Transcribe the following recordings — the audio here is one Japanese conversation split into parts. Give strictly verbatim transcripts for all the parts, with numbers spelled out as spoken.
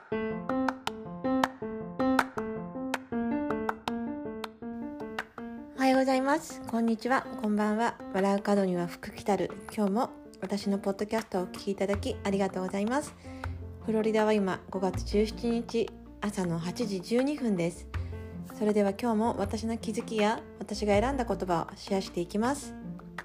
おはようございます。こんにちは。こんばんは。笑う角には福来たる。今日も私のポッドキャストをお聞きいただきありがとうございます。フロリダは今ごがつじゅうしちにち朝のはちじじゅうにふんです。それでは今日も私の気づきや私が選んだ言葉をシェアしていきます。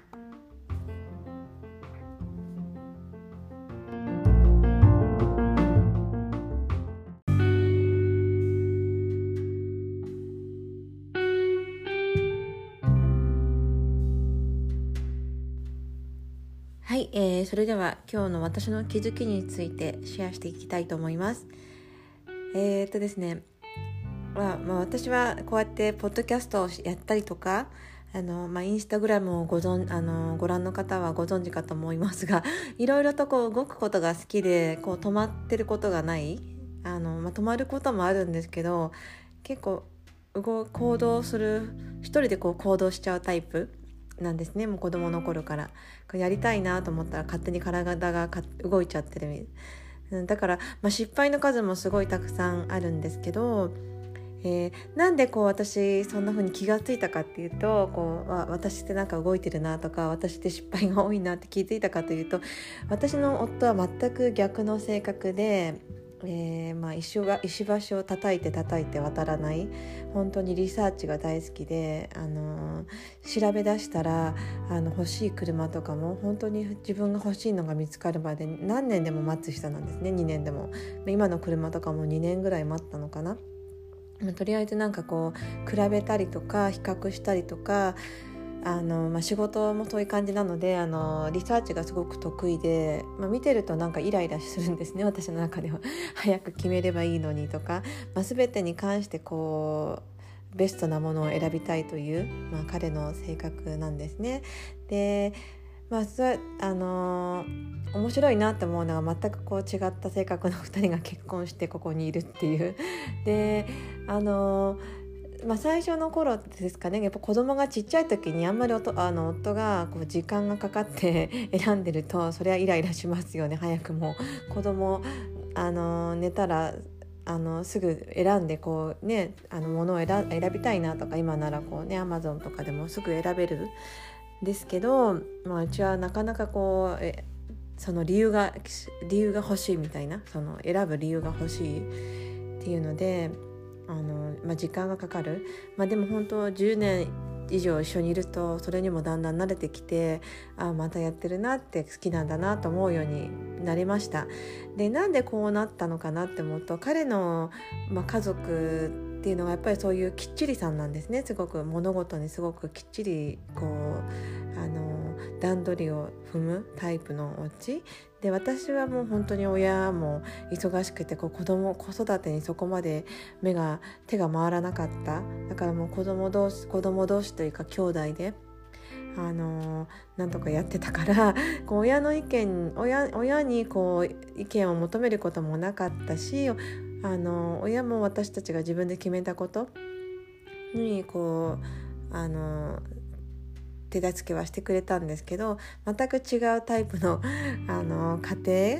はい、えー、それでは今日の私の気づきについてシェアしていきたいと思います。えー、っとですね、まあまあ、私はこうやってポッドキャストをやったりとか、あの、まあ、インスタグラムをご存あのご覧の方はご存知かと思いますが、いろいろとこう動くことが好きで、こう止まってることがない、あの、まあ、止まることもあるんですけど、結構動行動する一人でこう行動しちゃうタイプなんですね。もう子供の頃からこれやりたいなと思ったら勝手に体が動いちゃってる。だから、まあ、失敗の数もすごいたくさんあるんですけど、えー、なんでこう私そんな風に気がついたかっていうと、こう私ってなんか動いてるなとか、私って失敗が多いなって気づいたかというと、私の夫は全く逆の性格で、えーまあ、石が石橋を叩いて叩いて渡らない、本当にリサーチが大好きで、あのー、調べ出したらあの欲しい車とかも本当に自分が欲しいのが見つかるまで何年でも待つ人なんですね。にねんでも。今の車とかもにねんぐらい待ったのかな。とりあえずなんかこう比べたりとか比較したりとか、あの、まあ、仕事もそういう感じなので、あのリサーチがすごく得意で、まあ、見てるとなんかイライラするんですね、私の中では。早く決めればいいのにとか、まあ、全てに関してこうベストなものを選びたいという、まあ、彼の性格なんですね。でまあ、それあのー、面白いなと思うのは、全くこう違った性格のふたりが結婚してここにいるっていう。であのーまあ、最初の頃ですかね、やっぱ子供がちっちゃい時にあんまり夫あの夫がこう時間がかかって選んでると、それはイライラしますよね。早くも子供あの寝たらあのすぐ選んでこうね、あの物を 選, 選びたいなとか、今ならこうね Amazon とかでもすぐ選べるですけど、まあ、うちはなかなかこうえその理由が理由が欲しいみたいな、その選ぶ理由が欲しいっていうので、あの、まあ、時間がかかる。まあ、でも本当じゅうねん以上一緒にいるとそれにもだんだん慣れてきて、あまたやってるなって、好きなんだなと思うようになりました。でなんでこうなったのかなって思うと、彼の、まあ、家族っていうのはやっぱりそういうきっちりさんなんですね。すごく物事にすごくきっちりこうあの段取りを踏むタイプのお家で、私はもう本当に親も忙しくて、こう子供子育てにそこまで目が手が回らなかった。だからもう子供同士子供同士というか兄弟であのなんとかやってたから、こう親の意見 親, 親にこう意見を求めることもなかったし、あの親も私たちが自分で決めたことにこうあの手助けはしてくれたんですけど、全く違うタイプの、あの家庭、うん、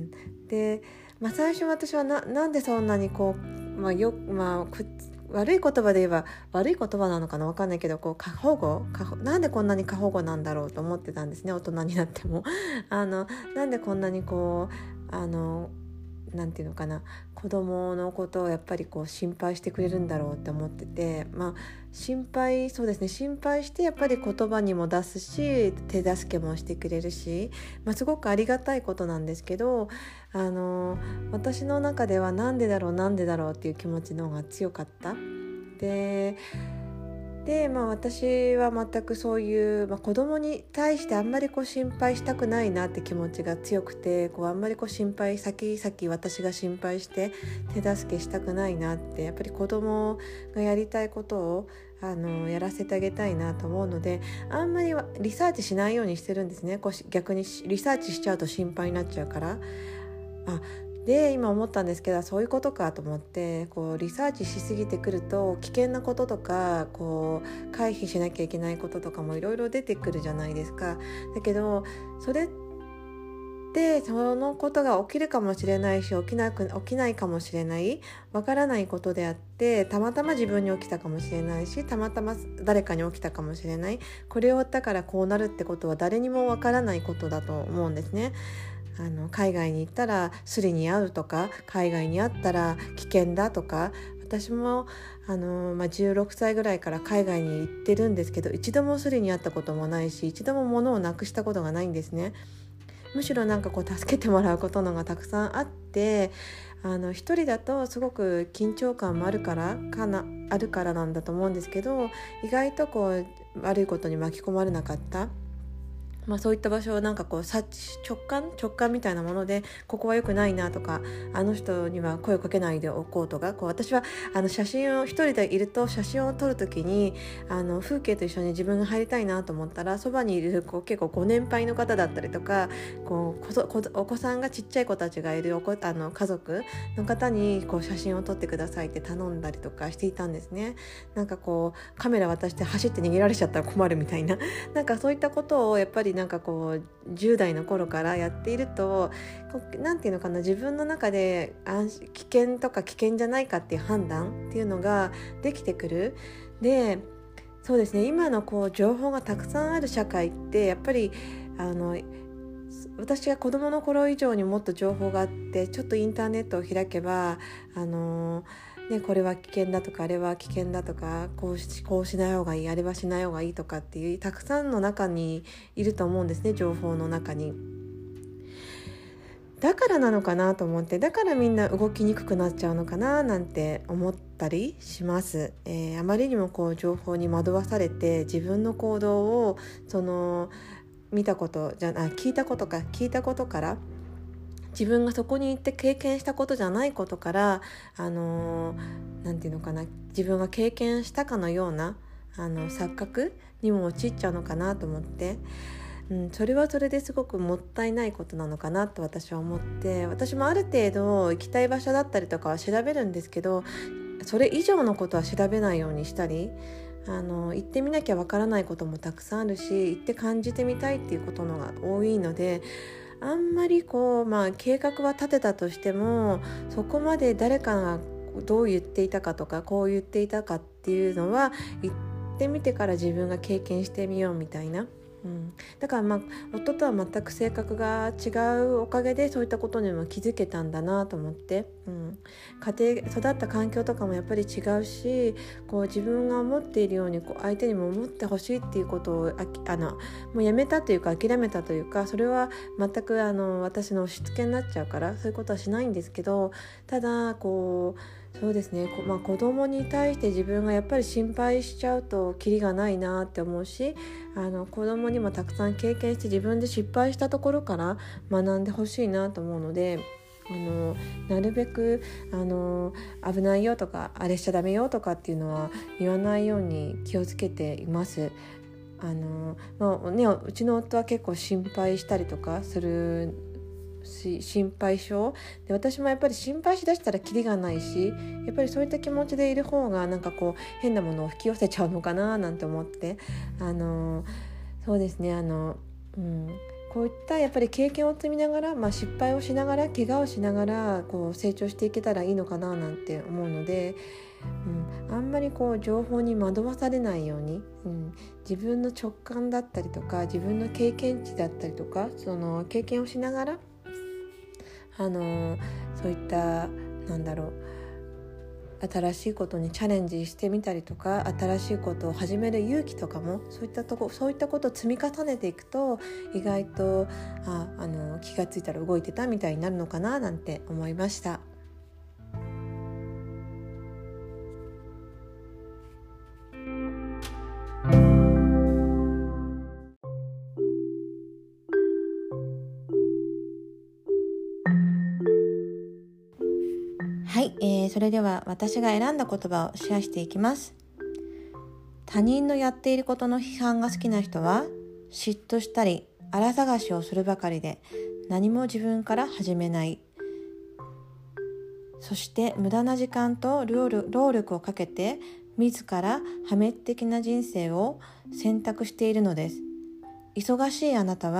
で、まあ、最初私は な, なんでそんなにこう、まあよまあ、悪い言葉で言えば悪い言葉なのかな、分かんないけど、こう過保護過保なんでこんなに過保護なんだろうと思ってたんですね。大人になってもあのなんでこんなにこうあのなんていうのかな、子供のことをやっぱりこう心配してくれるんだろうって思ってて、まあ心配そうですね心配してやっぱり言葉にも出すし、手助けもしてくれるし、まあ、すごくありがたいことなんですけど、あの私の中ではなんでだろうなんでだろうっていう気持ちの方が強かった。でで、まあ、私は全くそういう、まあ、子供に対してあんまりこう心配したくないなって気持ちが強くて、こうあんまりこう心配先々私が心配して手助けしたくないなって、やっぱり子供がやりたいことをあのやらせてあげたいなと思うので、あんまりリサーチしないようにしてるんですね。こう逆にリサーチしちゃうと心配になっちゃうから。あで今思ったんですけど、そういうことかと思って、こうリサーチしすぎてくると危険なこととか、こう回避しなきゃいけないこととかもいろいろ出てくるじゃないですか。だけどそれっでそのことが起きるかもしれないし、起きなく起きないかもしれない、わからないことであって、たまたま自分に起きたかもしれないし、たまたま誰かに起きたかもしれない。これをやったからこうなるってことは誰にもわからないことだと思うんですね。あの海外に行ったらスリに遭うとか、海外にあったら危険だとか、私もあの、まあ、じゅうろくさいぐらいから海外に行ってるんですけど、一度もスリに遭ったこともないし、一度も物をなくしたことがないんですね。むしろなんかこう助けてもらうことのがたくさんあって、あの一人だとすごく緊張感もあるからかなあるからなんだと思うんですけど、意外とこう悪いことに巻き込まれなかった。まあ、そういった場所をなんかこう察知直感直感みたいなもので、ここは良くないなとか、あの人には声をかけないでおこうとか、こう私はあの写真を一人でいると写真を撮るときに、あの風景と一緒に自分が入りたいなと思ったら、そばにいるこう結構ご年配の方だったりとか、こうこそこお子さんがちっちゃい子たちがいるおこあの家族の方にこう写真を撮ってくださいって頼んだりとかしていたんですね。なんかこうカメラ渡して走って逃げられちゃったら困るみたいな、なんかそういったことをやっぱりなんかこうじゅう代の頃からやっていると、こうなんていうのかな、自分の中で安危険とか危険じゃないかっていう判断っていうのができてくる。で、そうですね、今のこう情報がたくさんある社会ってやっぱりあの私が子供の頃以上にもっと情報があって、ちょっとインターネットを開けばあのね、これは危険だとか、あれは危険だとか、こうし、こうしない方がいい、あれはしない方がいいとかっていうたくさんの中にいると思うんですね、情報の中に。だからなのかなと思って、だからみんな動きにくくなっちゃうのかななんて思ったりします。えー、あまりにもこう情報に惑わされて、自分の行動をその見たことじゃあ聞いたことか聞いたことから自分がそこに行って経験したことじゃないことから、あのー、なんていうのかな、自分が経験したかのようなあの錯覚にも陥っちゃうのかなと思って、うん、それはそれですごくもったいないことなのかなと私は思って、私もある程度行きたい場所だったりとかは調べるんですけど、それ以上のことは調べないようにしたり、あの行ってみなきゃわからないこともたくさんあるし、行って感じてみたいっていうことのが多いので、あんまりこう、まあ、計画は立てたとしても、そこまで誰かがどう言っていたかとか、こう言っていたかっていうのは行ってみてから自分が経験してみようみたいな、うん、だからまあ夫とは全く性格が違うおかげでそういったことにも気づけたんだなと思って、うん、家庭育った環境とかもやっぱり違うし、こう自分が思っているようにこう相手にも思ってほしいっていうことをあきあのもうやめたというか諦めたというか、それは全くあの私の押し付けになっちゃうからそういうことはしないんですけど、ただこうそうですね、まあ、子供に対して自分がやっぱり心配しちゃうとキリがないなって思うし、あの子供にもたくさん経験して自分で失敗したところから学んでほしいなと思うので、あのなるべくあの危ないよとかあれしちゃダメよとかっていうのは言わないように気をつけています。あの、まあね、うちの夫は結構心配したりとかするし心配性で、私もやっぱり心配しだしたらキリがないし、やっぱりそういった気持ちでいる方がなんかこう変なものを引き寄せちゃうのかななんて思って、あのそうですね、あの、うん、こういったやっぱり経験を積みながら、まあ、失敗をしながら怪我をしながらこう成長していけたらいいのかななんて思うので、うん、あんまりこう情報に惑わされないように、うん、自分の直感だったりとか自分の経験値だったりとか、その経験をしながらあのそういったなんだろう新しいことにチャレンジしてみたりとか、新しいことを始める勇気とかもそういったとこそういったことを積み重ねていくと、意外とああの気がついたら動いてたみたいになるのかななんて思いました。はい、えー、それでは私が選んだ言葉をシェアしていきます。他人のやっていることの批判が好きな人は嫉妬したり荒探しをするばかりで何も自分から始めない。そして無駄な時間と労力をかけて自ら破滅的な人生を選択しているのです。忙しいあなたは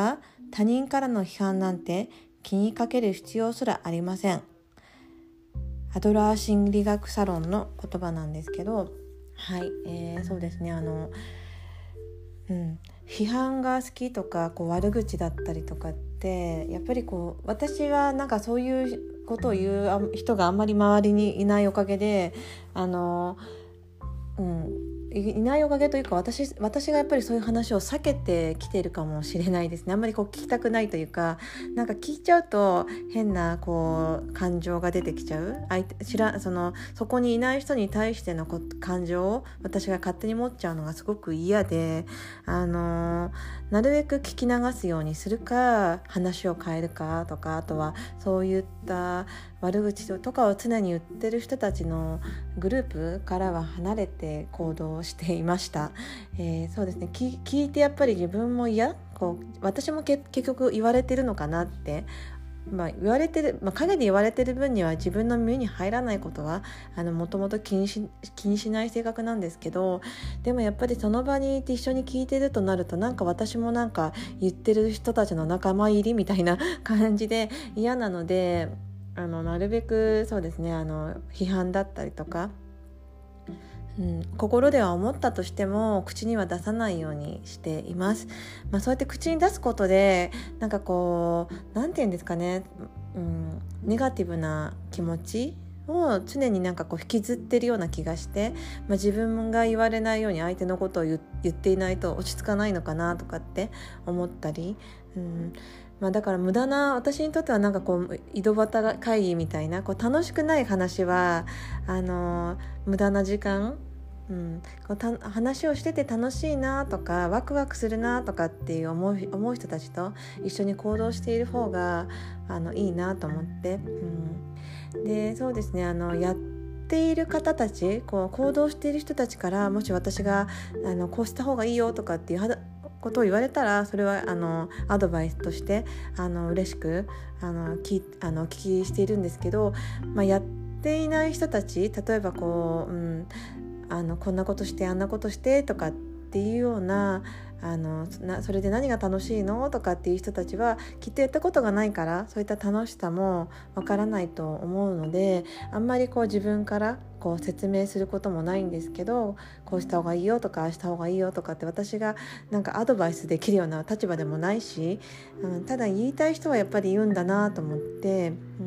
他人からの批判なんて気にかける必要すらありません。アドラー心理学サロンの言葉なんですけど、はい、えー、そうですね、あの、うん、批判が好きとかこう悪口だったりとかってやっぱりこう私はなんかそういうことを言う人があんまり周りにいないおかげであの、うん、いないおかげというか私、私がやっぱりそういう話を避けてきているかもしれないですね。あんまりこう聞きたくないというか、なんか聞いちゃうと変なこう感情が出てきちゃう、相手知らそのそこにいない人に対してのこ感情を私が勝手に持っちゃうのがすごく嫌で、あのなるべく聞き流すようにするか話を変えるかとか、あとはそういった悪口とかを常に言ってる人たちのグループからは離れて行動していました。えー、そうですね、聞、聞いてやっぱり自分も嫌、こう私もけ結局言われてるのかなって、まあ、言われてる、まあ、陰で言われてる分には自分の耳に入らないことはあのもともと気にし、気にしない性格なんですけど、でもやっぱりその場にいて一緒に聞いてるとなると、なんか私もなんか言ってる人たちの仲間入りみたいな感じで嫌なので、あのなるべくそうですね、あの批判だったりとか、うん、心では思ったとしても口には出さないようにしています。まあ、そうやって口に出すことでなんかこうなんていうんですかね、うん、ネガティブな気持ちを常になんかこう引きずってるような気がして、まあ、自分が言われないように相手のことを 言, 言っていないと落ち着かないのかなとかって思ったり、うんまあ、だから無駄な、私にとってはなんかこう井戸端会議みたいなこう楽しくない話はあの無駄な時間、うん、こうた話をしてて楽しいなとかワクワクするなとかっていう思う、思う人たちと一緒に行動している方があのいいなと思って、うん、でそうですね、あのやっている方たち、こう行動している人たちからもし私があのこうした方がいいよとかっていうことを言われたら、それはあのアドバイスとしてあの嬉しくあのきあのお聞きしているんですけど、まあ、やっていない人たち、例えばこう、うん、あのこんなことしてあんなことしてとかっていうような、あのなそれで何が楽しいのとかっていう人たちはきっとやったことがないから、そういった楽しさもわからないと思うので、あんまりこう自分からこう説明することもないんですけど、こうした方がいいよとかああした方がいいよとかって私がなんかアドバイスできるような立場でもないし、うん、ただ言いたい人はやっぱり言うんだなと思って、うん、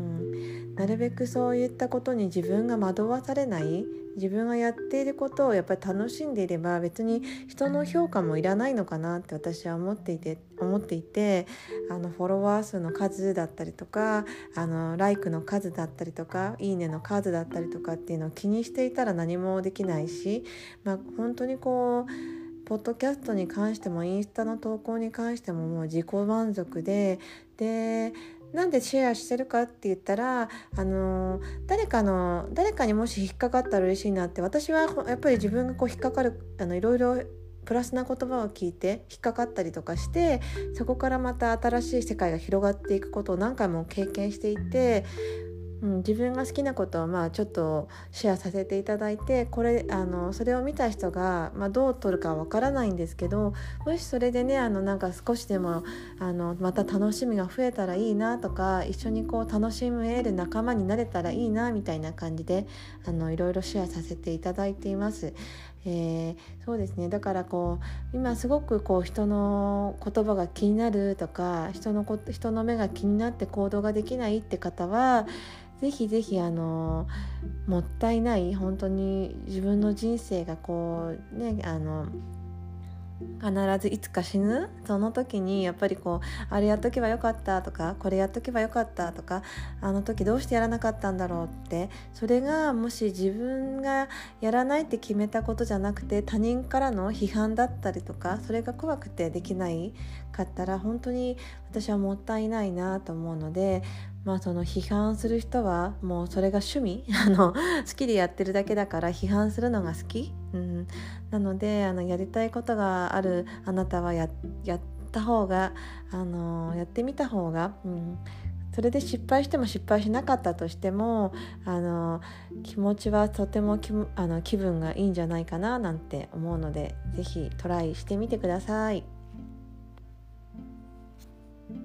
なるべくそういったことに自分が惑わされない、自分がやっていることをやっぱり楽しんでいれば別に人の評価もいらないのかなって私は思っていて、思っていてあのフォロワー数の数だったりとか、あのライクの数だったりとか、いいねの数だったりとかっていうのを気にしていたら何もできないし、まあ、本当にこうポッドキャストに関してもインスタの投稿に関してももう自己満足で、でなんでシェアしてるかって言ったら、あの誰かの誰かにもし引っかかったら嬉しいなって、私はやっぱり自分がこう引っかかる、あのいろいろプラスな言葉を聞いて引っかかったりとかして、そこからまた新しい世界が広がっていくことを何回も経験していて、うん、自分が好きなことをまあちょっとシェアさせていただいて、これあのそれを見た人が、まあ、どう取るかわからないんですけど、もしそれでね、あのなんか少しでもあのまた楽しみが増えたらいいなとか、一緒にこう楽しめる仲間になれたらいいなみたいな感じであのいろいろシェアさせていただいています。えー、そうですね、だからこう今すごくこう人の言葉が気になるとか、人のこ人の目が気になって行動ができないって方はぜひぜひあのもったいない、本当に自分の人生がこうね、あの必ずいつか死ぬその時にやっぱりこうあれやっとけばよかったとか、これやっとけばよかったとか、あの時どうしてやらなかったんだろうって、それがもし自分がやらないって決めたことじゃなくて他人からの批判だったりとか、それが怖くてできないかったら本当に私はもったいないなと思うので、まあ、その批判する人はもうそれが趣味あの好きでやってるだけだから批判するのが好き、うん、なのであのやりたいことがあるあなたは や, やった方があのやってみた方が、うん、それで失敗しても失敗しなかったとしてもあの気持ちはとてもきあの気分がいいんじゃないかななんて思うので、ぜひトライしてみてください。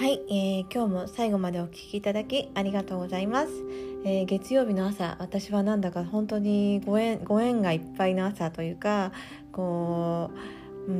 はい、えー、今日も最後までお聞きいただきありがとうございます。えー、月曜日の朝、私はなんだか本当にご縁、ご縁がいっぱいの朝というか、こう、うん、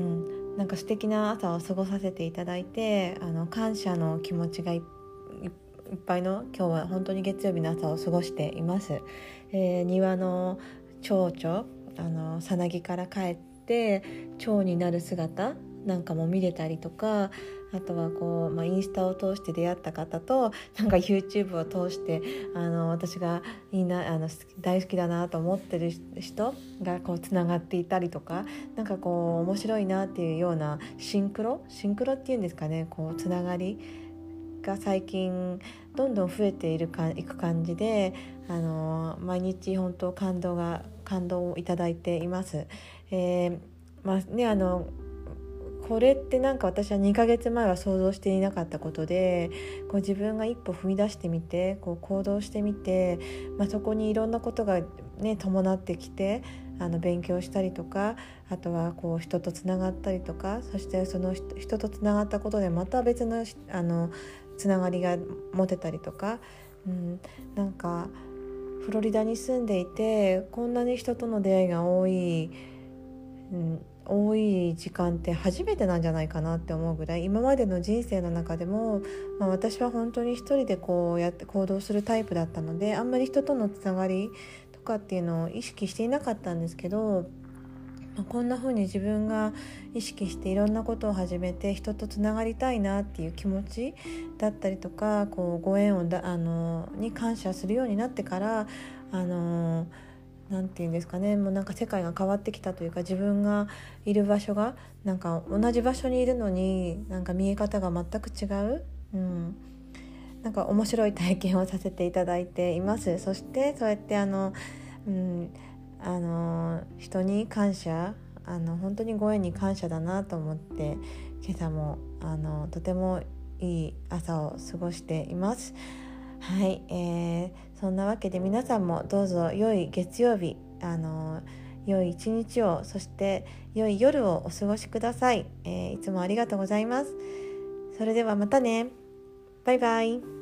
なんか素敵な朝を過ごさせていただいて、あの感謝の気持ちがいっいっぱいの今日は本当に月曜日の朝を過ごしています。えー、庭の蝶々、あのさなぎから帰って蝶になる姿なんかも見れたりとか、あとはこう、まあ、インスタを通して出会った方となんか YouTube を通してあの私がいいなあの大好きだなと思ってる人がこうつながっていたりとか、なんかこう面白いなっていうようなシンクロシンクロっていうんですかね、こうつながりが最近どんどん増えているかいく感じで、あの毎日本当感動が感動をいただいています。えー、まあねあのこれってなんか私はにかげつまえは想像していなかったことで、こう自分が一歩踏み出してみてこう行動してみて、まあ、そこにいろんなことが、ね、伴ってきて、あの勉強したりとか、あとはこう人とつながったりとか、そしてその人とつながったことでまた別のあのつながりが持てたりとか、うん、なんかフロリダに住んでいてこんなに人との出会いが多い、うん、多い時間って初めてなんじゃないかなって思うぐらい、今までの人生の中でも、まあ、私は本当に一人でこうやって行動するタイプだったので、あんまり人とのつながりとかっていうのを意識していなかったんですけど、こんな風に自分が意識していろんなことを始めて人とつながりたいなっていう気持ちだったりとか、こうご縁をだあのに感謝するようになってから、あのなんていうんですかね、もうなんか世界が変わってきたというか、自分がいる場所がなんか同じ場所にいるのになんか見え方が全く違う、うん、なんか面白い体験をさせていただいています。そしてそうやってあの、うんあの人に感謝、あの本当にご縁に感謝だなと思って、今朝もあのとてもいい朝を過ごしています。はい、えー、そんなわけで皆さんもどうぞ良い月曜日、あの良い一日を、そして良い夜をお過ごしください。えー、いつもありがとうございます。それではまたね。バイバイ。